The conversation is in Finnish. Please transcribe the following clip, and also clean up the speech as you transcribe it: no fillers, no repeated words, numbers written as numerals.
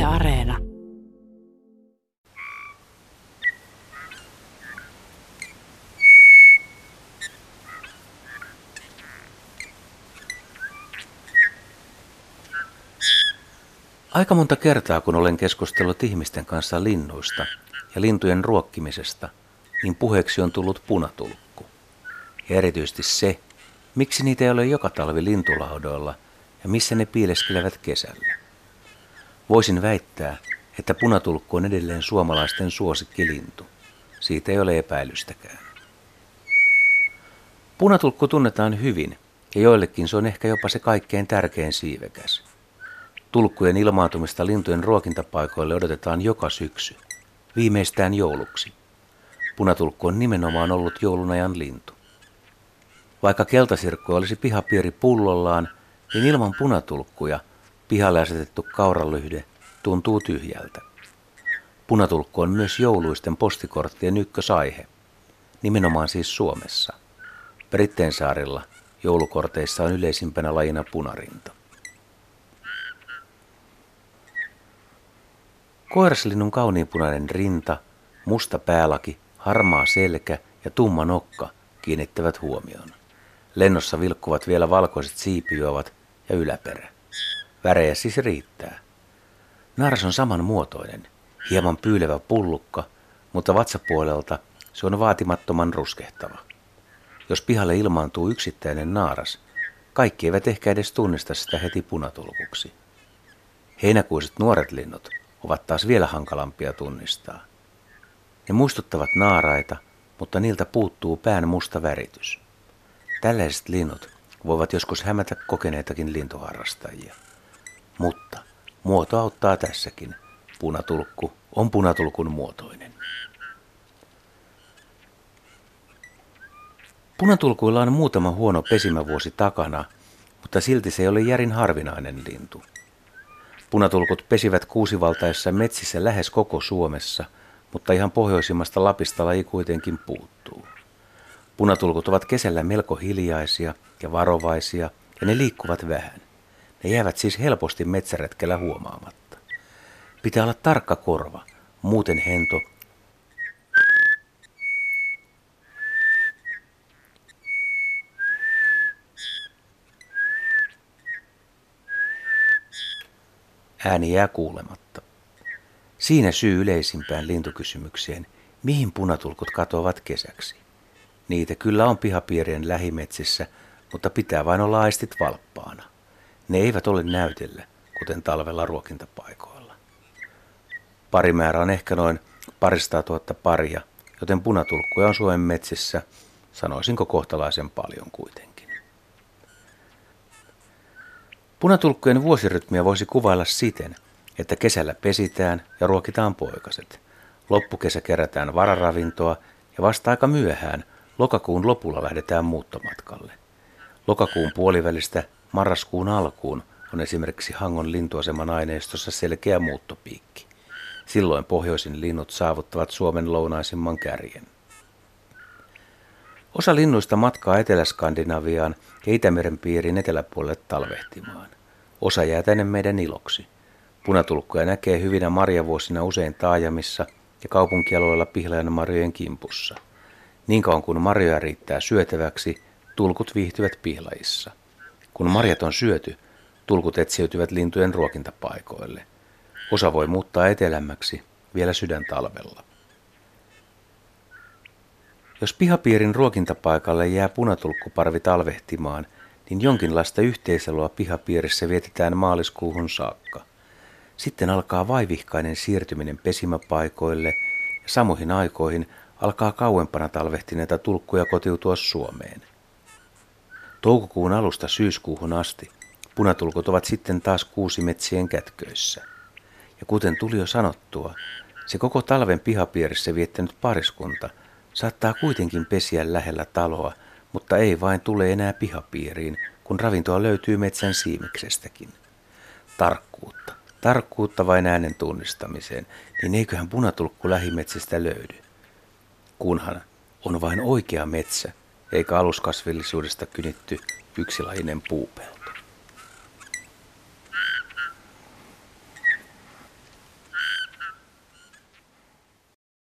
Areena. Aika monta kertaa, kun olen keskustellut ihmisten kanssa linnuista ja lintujen ruokkimisesta, niin puheeksi on tullut punatulkku. Ja erityisesti se, miksi niitä ei ole joka talvi lintulaudoilla ja missä ne piileskelevät kesällä. Voisin väittää, että punatulkku on edelleen suomalaisten suosikkilintu. Siitä ei ole epäilystäkään. Punatulkku tunnetaan hyvin ja joillekin se on ehkä jopa se kaikkein tärkein siivekäs. Tulkkujen ilmaantumista lintujen ruokintapaikoille odotetaan joka syksy, viimeistään jouluksi. Punatulkku on nimenomaan ollut joulunajan lintu. Vaikka keltasirkku olisi pihapiiri pullollaan, niin ilman punatulkkuja pihalle asetettu kauralyhde tuntuu tyhjältä. Punatulkku on myös jouluisten postikorttien ykkösaihe, nimenomaan siis Suomessa. Britteensaarilla joulukorteissa on yleisimpänä lajina punarinta. Koiraslinnun kauniinpunainen rinta, musta päälaki, harmaa selkä ja tumma nokka kiinnittävät huomioon. Lennossa vilkkuvat vielä valkoiset siipijuovat ja yläperä. Värejä siis riittää. Naaras on samanmuotoinen, hieman pyylevä pullukka, mutta vatsapuolelta se on vaatimattoman ruskehtava. Jos pihalle ilmaantuu yksittäinen naaras, kaikki eivät ehkä edes tunnista sitä heti punatulkuksi. Heinäkuiset nuoret linnut ovat taas vielä hankalampia tunnistaa. Ne muistuttavat naaraita, mutta niiltä puuttuu pään musta väritys. Tällaiset linnut voivat joskus hämätä kokeneitakin lintuharrastajia. Mutta muoto auttaa tässäkin. Punatulkku on punatulkun muotoinen. Punatulkuilla on muutama huono pesimävuosi takana, mutta silti se ei ole järin harvinainen lintu. Punatulkut pesivät kuusivaltaissa metsissä lähes koko Suomessa, mutta ihan pohjoisimmasta Lapista laji kuitenkin puuttuu. Punatulkut ovat kesällä melko hiljaisia ja varovaisia ja ne liikkuvat vähän. Ne jäävät siis helposti metsäretkellä huomaamatta. Pitää olla tarkka korva, muuten hento ääni jää kuulematta. Siinä syy yleisimpään lintukysymykseen, mihin punatulkut katoavat kesäksi. Niitä kyllä on pihapiirien lähimetsissä, mutta pitää vain olla aistit valppaana. Ne eivät ole näytellä, kuten talvella ruokintapaikoilla. Parimäärä on ehkä noin 200 000 paria, joten punatulkkuja on Suomen metsissä, sanoisinko kohtalaisen paljon kuitenkin. Punatulkkujen vuosirytmiä voisi kuvailla siten, että kesällä pesitään ja ruokitaan poikaset. Loppukesä kerätään vararavintoa ja vasta aika myöhään lokakuun lopulla lähdetään muuttomatkalle. Lokakuun puolivälistä marraskuun alkuun on esimerkiksi Hangon lintuaseman aineistossa selkeä muuttopiikki. Silloin pohjoisin linnut saavuttavat Suomen lounaisimman kärjen. Osa linnuista matkaa Etelä-Skandinaviaan ja Itämeren piiriin eteläpuolelle talvehtimaan. Osa jää tänne meidän iloksi. Punatulkkuja näkee hyvinä marjavuosina usein taajamissa ja kaupunkialueilla pihlajanmarjojen kimpussa. Niin kauan kuin marjoja riittää syötäväksi, tulkut viihtyvät pihlajissa. Kun marjat on syöty, tulkut etsiytyvät lintujen ruokintapaikoille. Osa voi muuttaa etelämmäksi vielä sydäntalvella. Jos pihapiirin ruokintapaikalle jää punatulkkuparvi talvehtimaan, niin jonkinlaista yhteiseloa pihapiirissä vietetään maaliskuuhun saakka. Sitten alkaa vaivihkainen siirtyminen pesimäpaikoille ja samoihin aikoihin alkaa kauempana talvehtineita tulkkuja kotiutua Suomeen. Toukokuun alusta syyskuuhun asti punatulkut ovat sitten taas kuusimetsien kätköissä. Ja kuten tuli jo sanottua, se koko talven pihapiirissä viettänyt pariskunta saattaa kuitenkin pesiä lähellä taloa, mutta ei vain tule enää pihapiiriin, kun ravintoa löytyy metsän siimiksestäkin. Tarkkuutta vain äänen tunnistamiseen, niin eiköhän punatulkku lähimetsästä löydy. Kunhan on vain oikea metsä, eikä aluskasvillisuudesta kynitty yksilajinen puupelto.